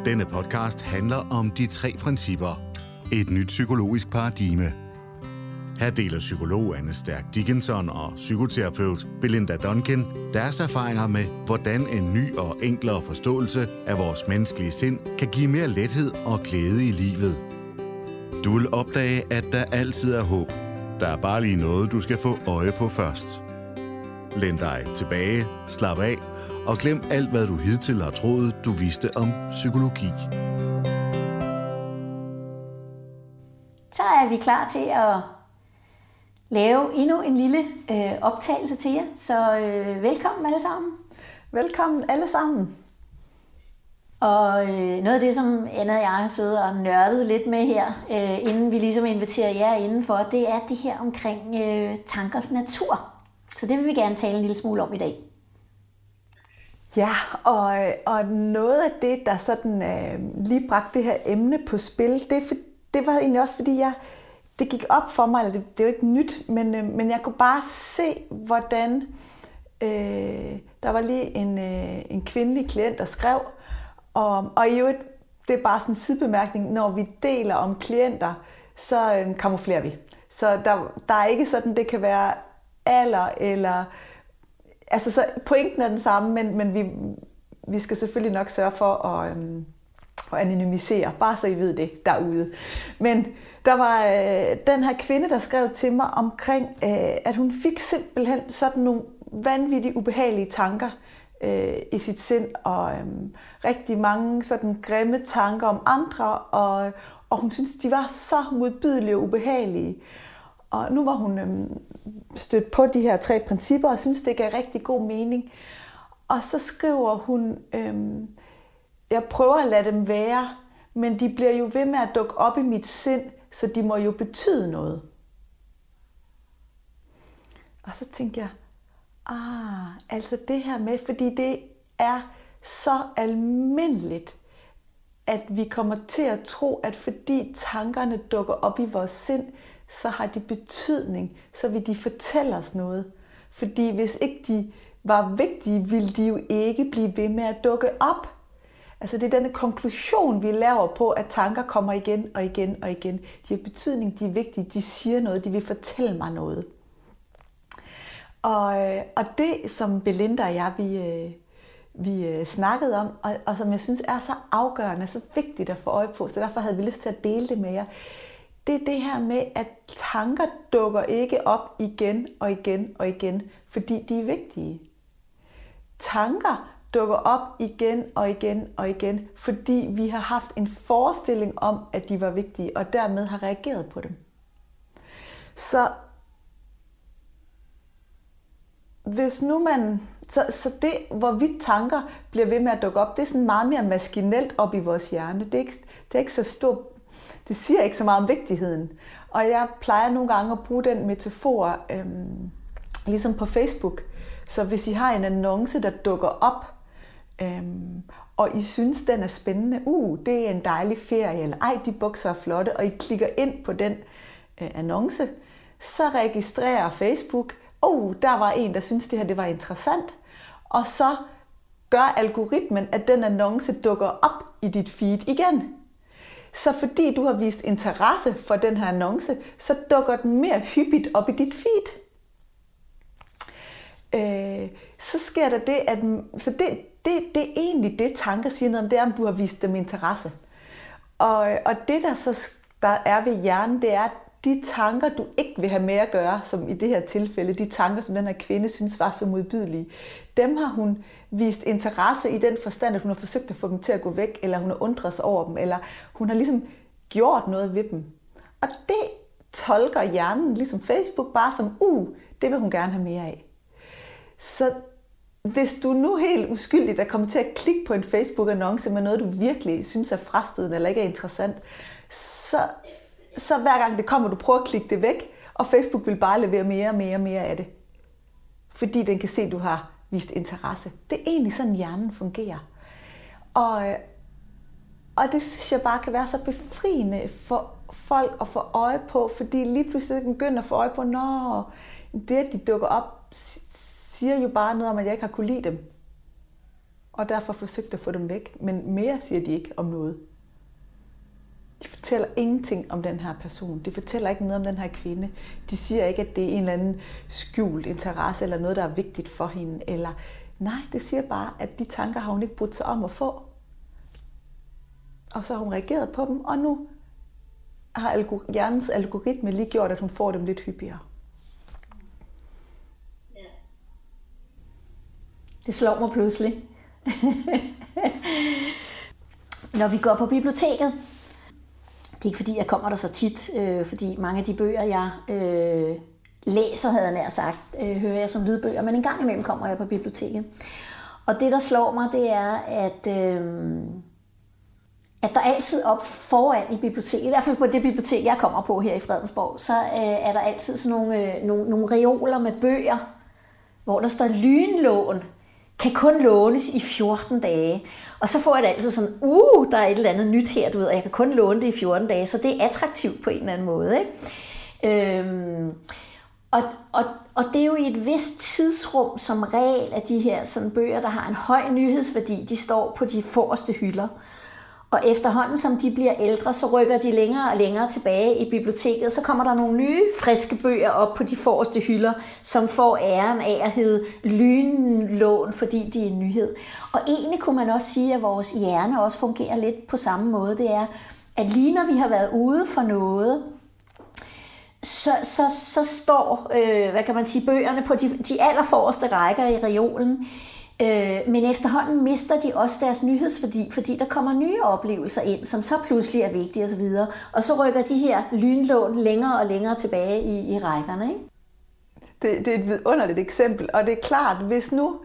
Denne podcast handler om de 3 principper. Et nyt psykologisk paradigme. Her deler psykolog Anne Stærk Dickinson og psykoterapeut Belinda Duncan deres erfaringer med, hvordan en ny og enklere forståelse af vores menneskelige sind kan give mere lethed og glæde i livet. Du vil opdage, at der altid er håb. Der er bare lige noget, du skal få øje på først. Læn dig tilbage, slap af og glem alt, hvad du hidtil har troet, du vidste om psykologi. Så er vi klar til at lave endnu en lille optagelse til jer. Så velkommen alle sammen. Velkommen alle sammen. Og noget af det, som Anna og jeg har siddet og nørdet lidt med her, inden vi ligesom inviterer jer indenfor, det er det her omkring tankers natur. Så det vil vi gerne tale en lille smule om i dag. Ja, og noget af det, der sådan lige bragte det her emne på spil, det var egentlig også, fordi det gik op for mig, eller det er jo ikke nyt, men jeg kunne bare se, hvordan der var lige en kvindelig klient, der skrev, og i øvrigt, det er bare sådan en sidebemærkning, når vi deler om klienter, så kamuflerer vi. Så der er ikke sådan, det kan være alder eller... Altså, så pointen er den samme, men vi skal selvfølgelig nok sørge for at anonymisere, bare så I ved det derude. Men der var den her kvinde, der skrev til mig omkring, at hun fik simpelthen sådan nogle vanvittigt ubehagelige tanker i sit sind, og rigtig mange sådan grimme tanker om andre, og hun syntes, de var så modbydelige og ubehagelige. Og nu var hun stødt på de her 3 principper, og synes, det gav rigtig god mening. Og så skriver hun, jeg prøver at lade dem være, men de bliver jo ved med at dukke op i mit sind, så de må jo betyde noget. Og så tænkte jeg, altså det her med, fordi det er så almindeligt, at vi kommer til at tro, at fordi tankerne dukker op i vores sind, så har de betydning, så vil de fortælle os noget. Fordi hvis ikke de var vigtige, ville de jo ikke blive ved med at dukke op. Altså det er denne konklusion, vi laver på, at tanker kommer igen og igen og igen. De har betydning, de er vigtige, de siger noget, de vil fortælle mig noget. Og det, som Belinda og jeg, vi snakkede om, og som jeg synes er så afgørende, så vigtigt at få øje på, så derfor havde vi lyst til at dele det med jer, det er det her med, at tanker dukker ikke op igen og igen og igen, fordi de er vigtige. Tanker dukker op igen og igen og igen, fordi vi har haft en forestilling om, at de var vigtige, og dermed har reageret på dem. Så hvis nu man... Så det, hvorvidt tanker bliver ved med at dukke op, det er sådan meget mere maskinelt op i vores hjerne. Det er ikke så stort. Det siger ikke så meget om vigtigheden. Og jeg plejer nogle gange at bruge den metafor, ligesom på Facebook. Så hvis I har en annonce, der dukker op, og I synes, den er spændende, det er en dejlig ferie, eller ej, de bukser er flotte, og I klikker ind på den annonce, så registrerer Facebook, der var en, der synes, det her det var interessant, og så gør algoritmen, at den annonce dukker op i dit feed igen. Så fordi du har vist interesse for den her annonce, så dukker den mere hyppigt op i dit feed. Så sker der det, at så det er egentlig det, tanker siger noget om, det er, om du har vist dem interesse. Og det, der er ved hjernen, det er, at de tanker, du ikke vil have med at gøre, som i det her tilfælde, de tanker, som den her kvinde synes var så modbydelige, dem har hun vist interesse i den forstand, at hun har forsøgt at få dem til at gå væk, eller hun har undret sig over dem, eller hun har ligesom gjort noget ved dem. Og det tolker hjernen, ligesom Facebook, bare som, det vil hun gerne have mere af. Så hvis du nu helt uskyldigt er kommet til at klikke på en Facebook-annonce med noget, du virkelig synes er frastødende eller ikke er interessant, så hver gang det kommer, du prøver at klikke det væk, og Facebook vil bare levere mere og mere og mere af det. Fordi den kan se, at du har vist interesse. Det er egentlig sådan, hjernen fungerer. Og det synes jeg bare kan være så befriende for folk at få øje på, fordi lige pludselig begynder at få øje på, det at de dukker op, siger jo bare noget om, at jeg ikke har kunne lide dem. og derfor forsøgt at få dem væk. Men mere siger de ikke om noget. De fortæller ingenting om den her person. De fortæller ikke noget om den her kvinde. De siger ikke, at det er en eller anden skjult interesse, eller noget, der er vigtigt for hende. Eller nej, det siger bare, at de tanker har hun ikke brudt sig om at få. Og så har hun reageret på dem, og nu har hjernens algoritme lige gjort, at hun får dem lidt hyppigere. Det slår mig pludselig. Når vi går på biblioteket, det er ikke fordi, jeg kommer der så tit, fordi mange af de bøger, jeg læser, havde jeg nær sagt, hører jeg som lydbøger, men en gang imellem kommer jeg på biblioteket. Og det, der slår mig, det er, at der altid op foran i biblioteket, i hvert fald på det bibliotek, jeg kommer på her i Fredensborg, så er der altid sådan nogle reoler med bøger, hvor der står lynlån, kan kun lånes i 14 dage. Og så får jeg det altid sådan, der er et eller andet nyt her, du ved, og jeg kan kun låne det i 14 dage, så det er attraktivt på en eller anden måde. Ikke? Og det er jo i et vist tidsrum som regel, at de her sådan bøger, der har en høj nyhedsværdi, de står på de forreste hylder. Og efterhånden, som de bliver ældre, så rykker de længere og længere tilbage i biblioteket. Så kommer der nogle nye, friske bøger op på de forreste hylder, som får æren af at hedde lynlån, fordi de er en nyhed. Og egentlig kunne man også sige, at vores hjerne også fungerer lidt på samme måde. Det er, at lige når vi har været ude for noget, så står, hvad kan man sige, bøgerne på de allerforreste rækker i reolen. Men efterhånden mister de også deres nyhedsværdi, fordi der kommer nye oplevelser ind, som så pludselig er vigtige osv. Og så rykker de her lynlån længere og længere tilbage i rækkerne. Ikke? Det er et vidunderligt eksempel, og det er klart, hvis nu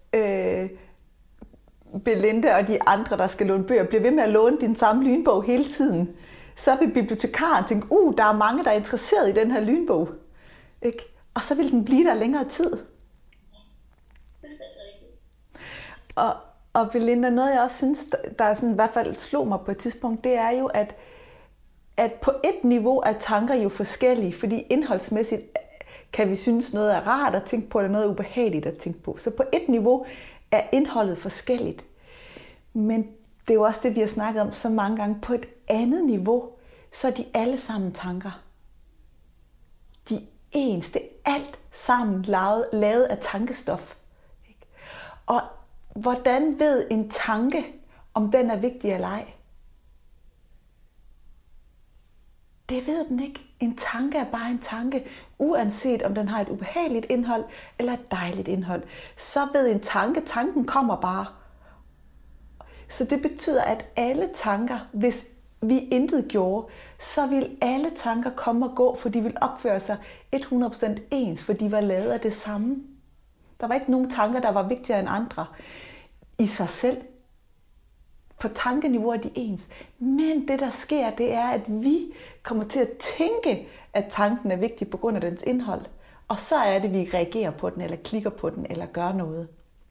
Belinda og de andre, der skal låne bøger, bliver ved med at låne din samme lynbog hele tiden, så vil bibliotekaren tænke, der er mange, der er interesseret i den her lynbog. Ikke? Og så vil den blive der længere tid. Og Belinda, noget jeg også synes, der er sådan, i hvert fald slog mig på et tidspunkt, det er jo, at på et niveau er tanker jo forskellige, fordi indholdsmæssigt kan vi synes noget er rart at tænke på, eller noget er ubehageligt at tænke på. Så på et niveau er indholdet forskelligt. Men det er jo også det, vi har snakket om så mange gange. På et andet niveau, så er de alle sammen tanker. De er ens. Det er alt sammen lavet af tankestof. Og hvordan ved en tanke, om den er vigtig eller ej? Det ved den ikke. En tanke er bare en tanke, uanset om den har et ubehageligt indhold eller et dejligt indhold. Så ved en tanke, tanken kommer bare. Så det betyder, at alle tanker, hvis vi intet gjorde, så vil alle tanker komme og gå, for de vil opføre sig 100% ens, for de var lavet af det samme. Der var ikke nogen tanker, der var vigtigere end andre i sig selv. På tankeniveau er de ens. Men det, der sker, det er, at vi kommer til at tænke, at tanken er vigtig på grund af dens indhold. Og så er det, at vi reagerer på den, eller klikker på den, eller gør noget.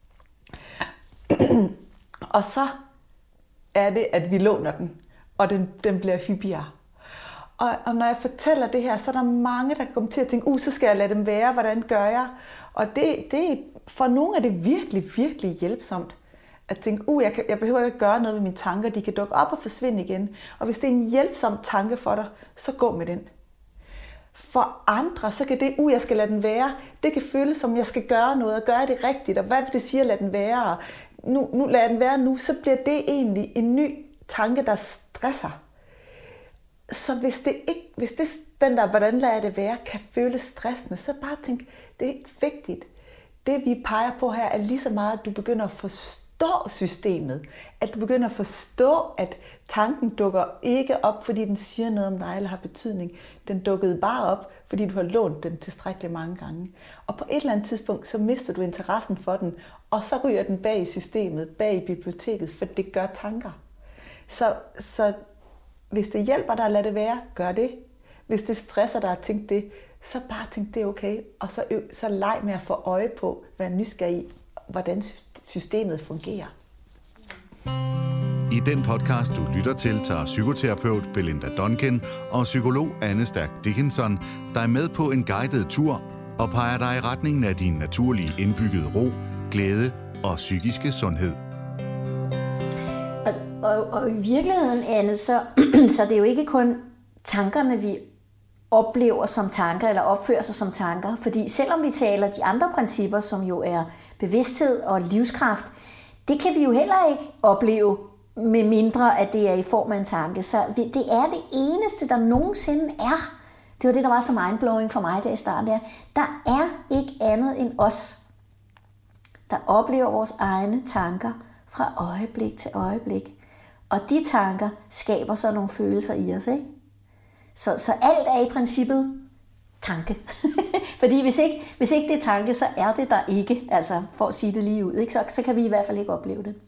Og så er det, at vi låner den, og den bliver hyppigere. Og når jeg fortæller det her, så er der mange, der kommer til at tænke, så skal jeg lade dem være, hvordan gør jeg? Og det for nogle er det virkelig, virkelig hjælpsomt at tænke, jeg behøver ikke gøre noget ved mine tanker, de kan dukke op og forsvinde igen. Og hvis det er en hjælpsom tanke for dig, så gå med den. For andre, så kan det, jeg skal lade den være, det kan føles som, jeg skal gøre noget og gøre det rigtigt, og hvad vil det sige at lade den være? Og nu lader den være nu, så bliver det egentlig en ny tanke, der stresser. Så hvis det den der, hvordan lader jeg det være, kan føles stressende, så bare tænk, det er ikke vigtigt. Det vi peger på her er lige så meget, at du begynder at forstå systemet. At du begynder at forstå, at tanken dukker ikke op, fordi den siger noget om dig eller har betydning. Den dukkede bare op, fordi du har lånt den tilstrækkeligt mange gange. Og på et eller andet tidspunkt, så mister du interessen for den, og så ryger den bag i systemet, bag i biblioteket, for det gør tanker. Så hvis det hjælper dig at lade det være, gør det. Hvis det stresser dig at tænke det, så bare tænk, det er okay. Og så leg med at få øje på, vær nysgerrig i, hvordan systemet fungerer. I den podcast, du lytter til, tager psykoterapeut Belinda Duncan og psykolog Anne Stærk Dickinson dig med på en guided tur og peger dig i retningen af din naturlige indbyggede ro, glæde og psykiske sundhed. Og i virkeligheden, Anne, så det er jo ikke kun tankerne, vi oplever som tanker, eller opfører sig som tanker. Fordi selvom vi taler de andre principper, som jo er bevidsthed og livskraft, det kan vi jo heller ikke opleve, med mindre at det er i form af en tanke. Så det er det eneste, der nogensinde er. Det var det, der var så mindblowing for mig, da jeg startede. Der er ikke andet end os, der oplever vores egne tanker fra øjeblik til øjeblik. Og de tanker skaber så nogle følelser i os, ikke? Så alt er i princippet tanke. Fordi hvis ikke det er tanke, så er det der ikke. Altså for at sige det lige ud, ikke? Så kan vi i hvert fald ikke opleve det.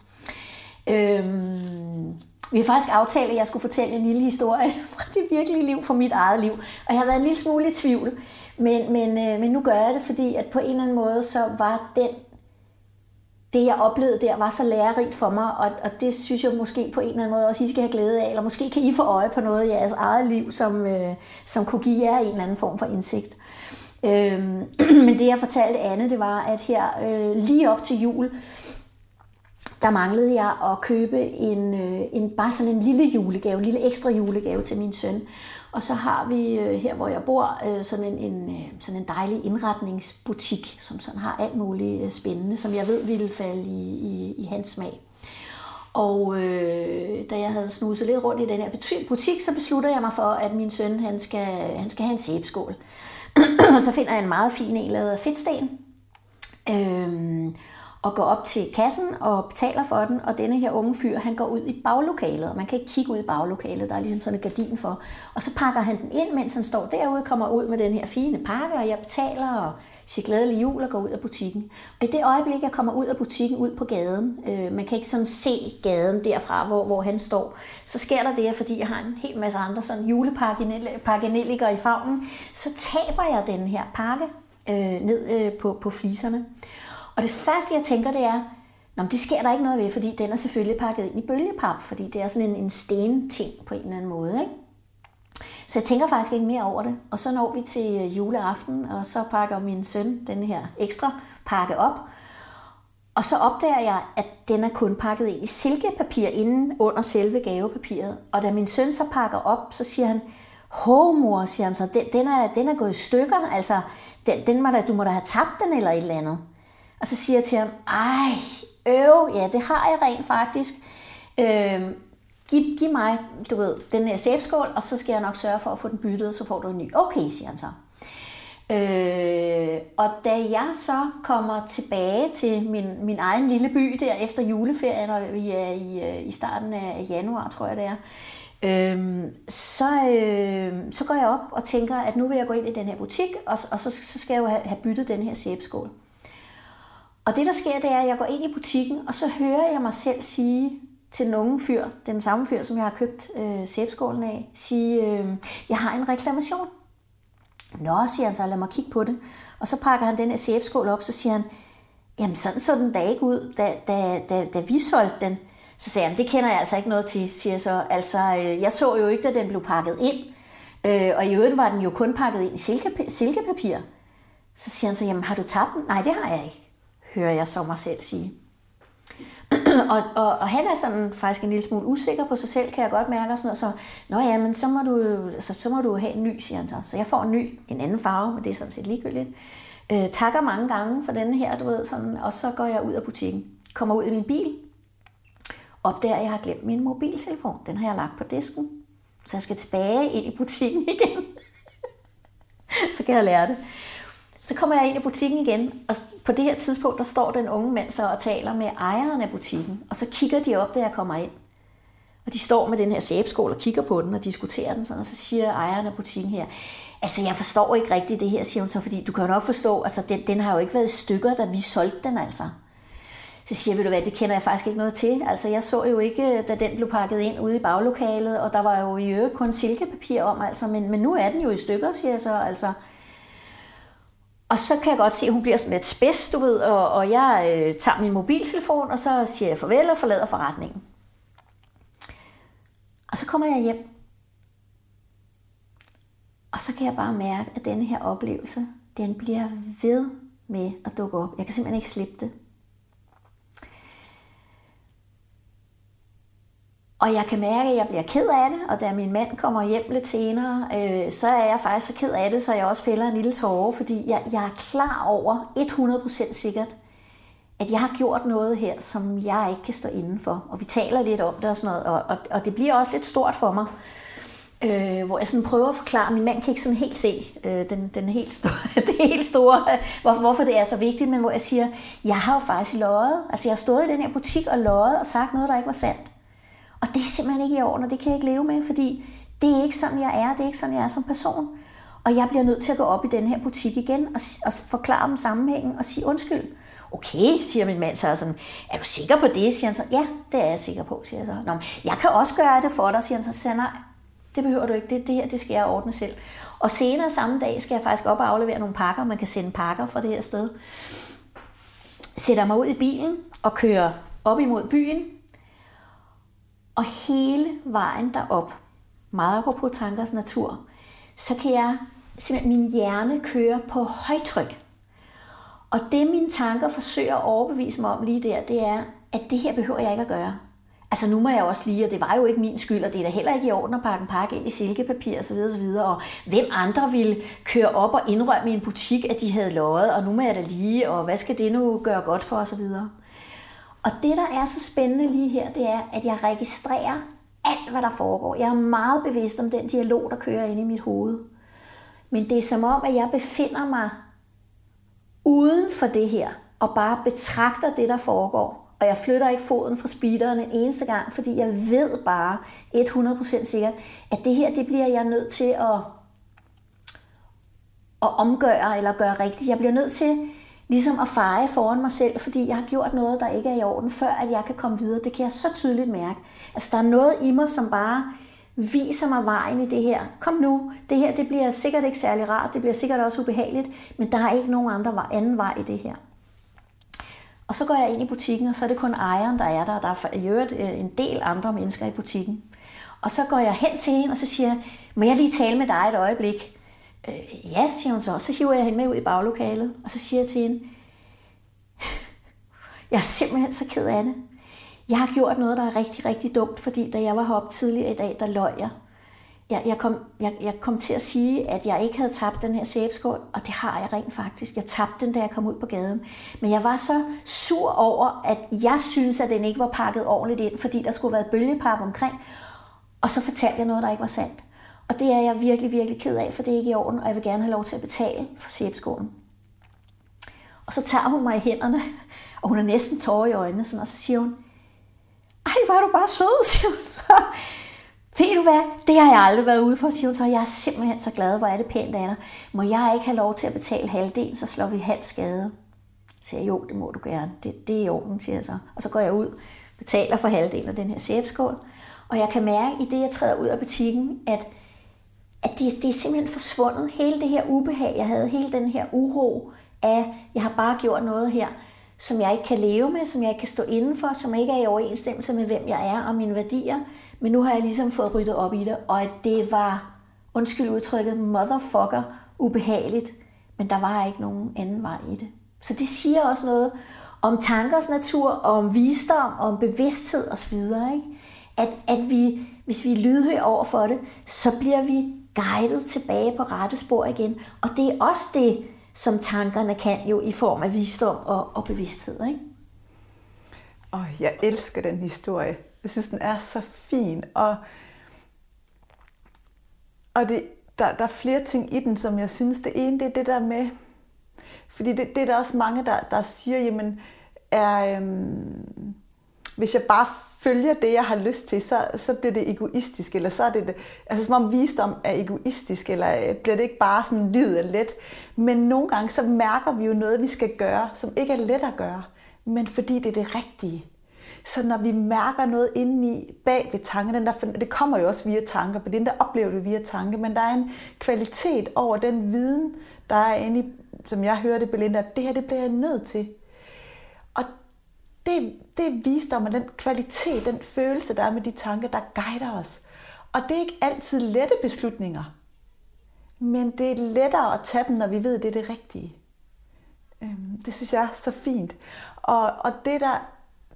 Vi har faktisk aftalt, at jeg skulle fortælle en lille historie fra det virkelige liv, fra mit eget liv. Og jeg har været en lille smule i tvivl. Men nu gør jeg det, fordi at på en eller anden måde, så var det jeg oplevede der, var så lærerigt for mig. Og det synes jeg måske på en eller anden måde også, I skal have glæde af. Eller måske kan I få øje på noget i jeres eget liv, som kunne give jer en eller anden form for indsigt. Men det jeg fortalte Anne, det var, at her lige op til jul, der manglede jeg at købe bare sådan en lille julegave, en lille ekstra julegave til min søn. Og så har vi her, hvor jeg bor, sådan en dejlig indretningsbutik, som sådan har alt muligt spændende, som jeg ved ville falde i hans smag. Og da jeg havde snuset lidt rundt i den her butik, så beslutter jeg mig for, at min søn han skal have en sæbeskål. Og så finder jeg en meget fin en lavet af fedtsten. Og går op til kassen og betaler for den, og denne her unge fyr, han går ud i baglokalet, og man kan ikke kigge ud i baglokalet, der er ligesom sådan en gardin for, og så pakker han den ind, mens han står derude, kommer ud med den her fine pakke, og jeg betaler og siger glædelig jul og går ud af butikken. Og i det øjeblik, jeg kommer ud af butikken, ud på gaden, man kan ikke sådan se gaden derfra, hvor han står, så sker der det, fordi jeg har en hel masse andre sådan julepakkenelliker i favnen, så taber jeg den her pakke ned på fliserne. Og det første, jeg tænker, det er, det sker der ikke noget ved, fordi den er selvfølgelig pakket ind i bølgepap, fordi det er sådan en stenting på en eller anden måde, ikke? Så jeg tænker faktisk ikke mere over det. Og så når vi til juleaften, og så pakker min søn den her ekstra pakke op. Og så opdager jeg, at den er kun pakket ind i silkepapir inden under selve gavepapiret. Og da min søn så pakker op, så siger han, mor, siger han så, den er gået i stykker, altså du må da have tabt den eller et eller andet. Og så siger jeg til ham, ja, det har jeg rent faktisk. Giv mig, den her sæbeskål, og så skal jeg nok sørge for at få den byttet, og så får du en ny. Okay, siger han så. Og da jeg så kommer tilbage til min egen lille by der efter juleferien, og vi er i starten af januar, tror jeg det er, så går jeg op og tænker, at nu vil jeg gå ind i den her butik, og så skal jeg jo have byttet den her sæbeskål. Og det, der sker, det er, at jeg går ind i butikken, og så hører jeg mig selv sige til den unge fyr, den samme fyr, som jeg har købt sæbeskålen af, sige, jeg har en reklamation. Nå, siger han så, lad mig kigge på det. Og så pakker han den her sæbeskål op, så siger han, jamen sådan så den da ikke ud, da vi solgte den. Så siger han, det kender jeg altså ikke noget til, siger så. Altså, jeg så jo ikke, da den blev pakket ind. Og i øvrigt var den jo kun pakket ind i silkepapir. Så siger han så, jamen har du tabt den? Nej, det har jeg ikke, hører jeg så mig selv sige. og han er sådan faktisk en lille smule usikker på sig selv, kan jeg godt mærke. Og sådan noget. Så, ja, men så må du have en ny, siger han så. Så jeg får en ny, en anden farve, men det er sådan set ligegyldigt. Takker mange gange for denne her, sådan, og så går jeg ud af butikken. Kommer ud i min bil, opdager, at jeg har glemt min mobiltelefon. Den har jeg lagt på disken, så jeg skal tilbage ind i butikken igen. Så kan jeg lære det. Så kommer jeg ind i butikken igen, og på det her tidspunkt, der står den unge mand så og taler med ejeren af butikken, og så kigger de op, da jeg kommer ind. Og de står med den her sæbeskål og kigger på den og diskuterer den, sådan, og så siger ejeren af butikken her, altså jeg forstår ikke rigtigt det her, siger hun så, fordi du kan jo nok forstå, altså den har jo ikke været i stykker, da vi solgte den altså. Så siger ved du hvad, det kender jeg faktisk ikke noget til. Altså jeg så jo ikke, da den blev pakket ind ude i baglokalet, og der var jo i øvrigt kun silkepapir om, altså, men nu er den jo i stykker, siger jeg så, altså. Og så kan jeg godt se, at hun bliver sådan lidt spids, og jeg tager min mobiltelefon, og så siger jeg farvel og forlader forretningen. Og så kommer jeg hjem, og så kan jeg bare mærke, at denne her oplevelse, den bliver ved med at dukke op. Jeg kan simpelthen ikke slippe det. Og jeg kan mærke, at jeg bliver ked af det, og da min mand kommer hjem lidt senere, så er jeg faktisk så ked af det, så jeg også fælder en lille tåre, fordi jeg er klar over 100% sikkert, at jeg har gjort noget her, som jeg ikke kan stå indenfor. Og vi taler lidt om det og sådan noget, og det bliver også lidt stort for mig. Hvor jeg sådan prøver at forklare, min mand kan ikke sådan helt se den helt store, det helt store, hvorfor det er så vigtigt, men hvor jeg siger, jeg har jo faktisk løjet. Altså jeg har stået i den her butik og løjet og sagt noget, der ikke var sandt. Og det er simpelthen ikke i orden, og det kan jeg ikke leve med, fordi det er ikke sådan, jeg er. Det er ikke sådan, jeg er som person. Og jeg bliver nødt til at gå op i den her butik igen og forklare dem sammenhængen og sige undskyld. Okay, siger min mand så sådan, er du sikker på det? Siger han så, ja, det er jeg sikker på, siger jeg så. Nå, jeg kan også gøre det for dig, siger han så. Siger, nej, det behøver du ikke, det her, det skal jeg ordne selv. Og senere samme dag skal jeg faktisk op og aflevere nogle pakker, man kan sende pakker fra det her sted. Sætter mig ud i bilen og kører op imod byen, og hele vejen derop, meget på Tankers Natur, så kan jeg simpelthen min hjerne køre på højtryk. Og det mine tanker forsøger at overbevise mig om lige der, det er, at det her behøver jeg ikke at gøre. Altså nu må jeg også lige, og det var jo ikke min skyld, og det er da heller ikke i orden at pakke en pakke ind i silkepapir osv. Og hvem andre ville køre op og indrømme i en butik, at de havde løjet, og nu må jeg da lige, og hvad skal det nu gøre godt for osv. Og det, der er så spændende lige her, det er, at jeg registrerer alt, hvad der foregår. Jeg er meget bevidst om den dialog, der kører inde i mit hoved. Men det er som om, at jeg befinder mig uden for det her, og bare betragter det, der foregår. Og jeg flytter ikke foden fra speederen en eneste gang, fordi jeg ved bare 100% sikkert, at det her, det bliver jeg nødt til at omgøre eller gøre rigtigt. Jeg bliver nødt til ligesom at feje foran mig selv, fordi jeg har gjort noget, der ikke er i orden, før at jeg kan komme videre. Det kan jeg så tydeligt mærke. Altså, der er noget i mig, som bare viser mig vejen i det her. Kom nu, det her, det bliver sikkert ikke særlig rart, det bliver sikkert også ubehageligt, men der er ikke nogen anden vej i det her. Og så går jeg ind i butikken, og så er det kun ejeren, der er der, og der er i øvrigt en del andre mennesker i butikken. Og så går jeg hen til hende, og så siger jeg, må jeg lige tale med dig et øjeblik? Ja, siger hun så. Så hiver jeg hende med ud i baglokalet, og så siger jeg til hende, jeg er simpelthen så ked af det. Jeg har gjort noget, der er rigtig, rigtig dumt, fordi da jeg var heroppe tidligere i dag, der løj jeg. Jeg kom til at sige, at jeg ikke havde tabt den her sæbeskål, og det har jeg rent faktisk. Jeg tabte den, da jeg kom ud på gaden. Men jeg var så sur over, at jeg synes, at den ikke var pakket ordentligt ind, fordi der skulle være bølgepap omkring. Og så fortalte jeg noget, der ikke var sandt. Og det er jeg virkelig, virkelig ked af, for det er ikke i orden, og jeg vil gerne have lov til at betale for sæbeskålen. Og så tager hun mig i hænderne, og hun er næsten tårer i øjnene, sådan, og så siger hun, ej, hvor er du bare sød, siger hun så. Ved du hvad, det har jeg aldrig været ude for, siger hun så. Jeg er simpelthen så glad, hvor er det pænt af dig. Må jeg ikke have lov til at betale halvdelen, så slår vi halv skade? Så siger jeg, jo, det må du gerne. Det er i orden, siger jeg så. Og så går jeg ud, betaler for halvdelen af den her sæbeskål. Og jeg kan mærke, i det jeg træder ud af butikken, at det er simpelthen forsvundet. Hele det her ubehag, jeg havde, hele den her uro af, jeg har bare gjort noget her, som jeg ikke kan leve med, som jeg ikke kan stå indenfor, som ikke er i overensstemmelse med, hvem jeg er og mine værdier. Men nu har jeg ligesom fået ryddet op i det, og at det var, undskyld udtrykket, motherfucker ubehageligt, men der var ikke nogen anden vej i det. Så det siger også noget om tankers natur, og om visdom, og om bevidsthed osv., ikke? At vi, hvis vi er lydhøre over for det, så bliver vi guidet tilbage på rette spor igen. Og det er også det, som tankerne kan jo i form af visdom og bevidsthed, ikke? Jeg elsker den historie. Jeg synes, den er så fin. Og der er flere ting i den, som jeg synes, det ene, det er det der med, fordi det er der også mange, der siger, jamen, hvis jeg bare følger det, jeg har lyst til, så bliver det egoistisk, eller så er det, altså som om visdom er egoistisk, eller bliver det ikke bare sådan livet er let. Men nogle gange, så mærker vi jo noget, vi skal gøre, som ikke er let at gøre, men fordi det er det rigtige. Så når vi mærker noget indeni bag ved tanken, det kommer jo også via tanker, på den der oplever du via tanke, men der er en kvalitet over den viden, der er inde i, som jeg hørte, Belinda, det her, det bliver jeg nødt til. Og det er visdom, og den kvalitet, den følelse, der er med de tanker, der guider os. Og det er ikke altid lette beslutninger, men det er lettere at tage dem, når vi ved, det er det rigtige. Det synes jeg er så fint. Og det, der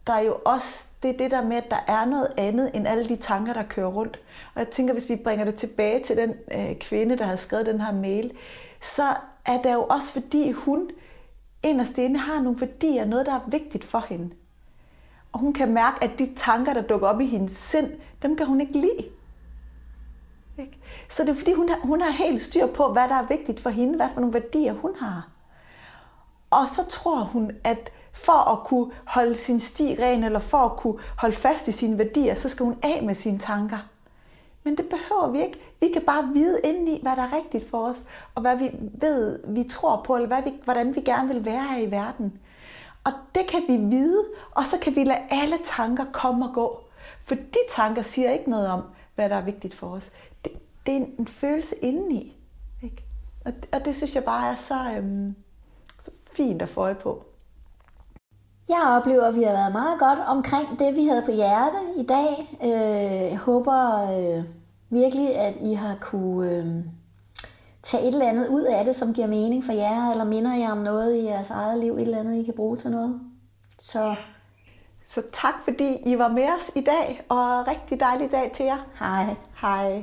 der er jo også det der med, at der er noget andet end alle de tanker, der kører rundt. Og jeg tænker, hvis vi bringer det tilbage til den kvinde, der har skrevet den her mail, så er det jo også fordi hun inderst inde har nogle værdier, noget der er vigtigt for hende. Og hun kan mærke, at de tanker, der dukker op i hendes sind, dem kan hun ikke lide. Ikke? Så det er fordi, hun har helt styr på, hvad der er vigtigt for hende, hvad for nogle værdier hun har. Og så tror hun, at for at kunne holde sin sti ren, eller for at kunne holde fast i sine værdier, så skal hun af med sine tanker. Men det behøver vi ikke. Vi kan bare vide indeni, hvad der er rigtigt for os, og hvad vi ved, vi tror på, eller hvordan vi gerne vil være her i verden. Og det kan vi vide, og så kan vi lade alle tanker komme og gå. For de tanker siger ikke noget om, hvad der er vigtigt for os. Det er en følelse indeni. Ikke? Og det synes jeg bare er så fint at få øje på. Jeg oplever, at vi har været meget godt omkring det, vi havde på hjerte i dag. Jeg håber virkelig, at I har kunne tage et eller andet ud af det, som giver mening for jer, eller minder jer om noget i jeres eget liv, et eller andet, I kan bruge til noget. Så tak, fordi I var med os i dag, og rigtig dejlig dag til jer. Hej. Hej.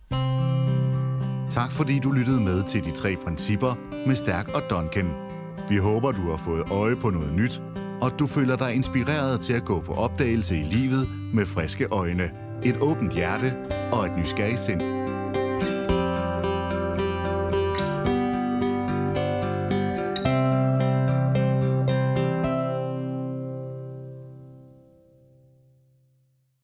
Tak fordi du lyttede med til de 3 principper med Stærk og Duncan. Vi håber, du har fået øje på noget nyt, og du føler dig inspireret til at gå på opdagelse i livet med friske øjne, et åbent hjerte og et nysgerrigt sind.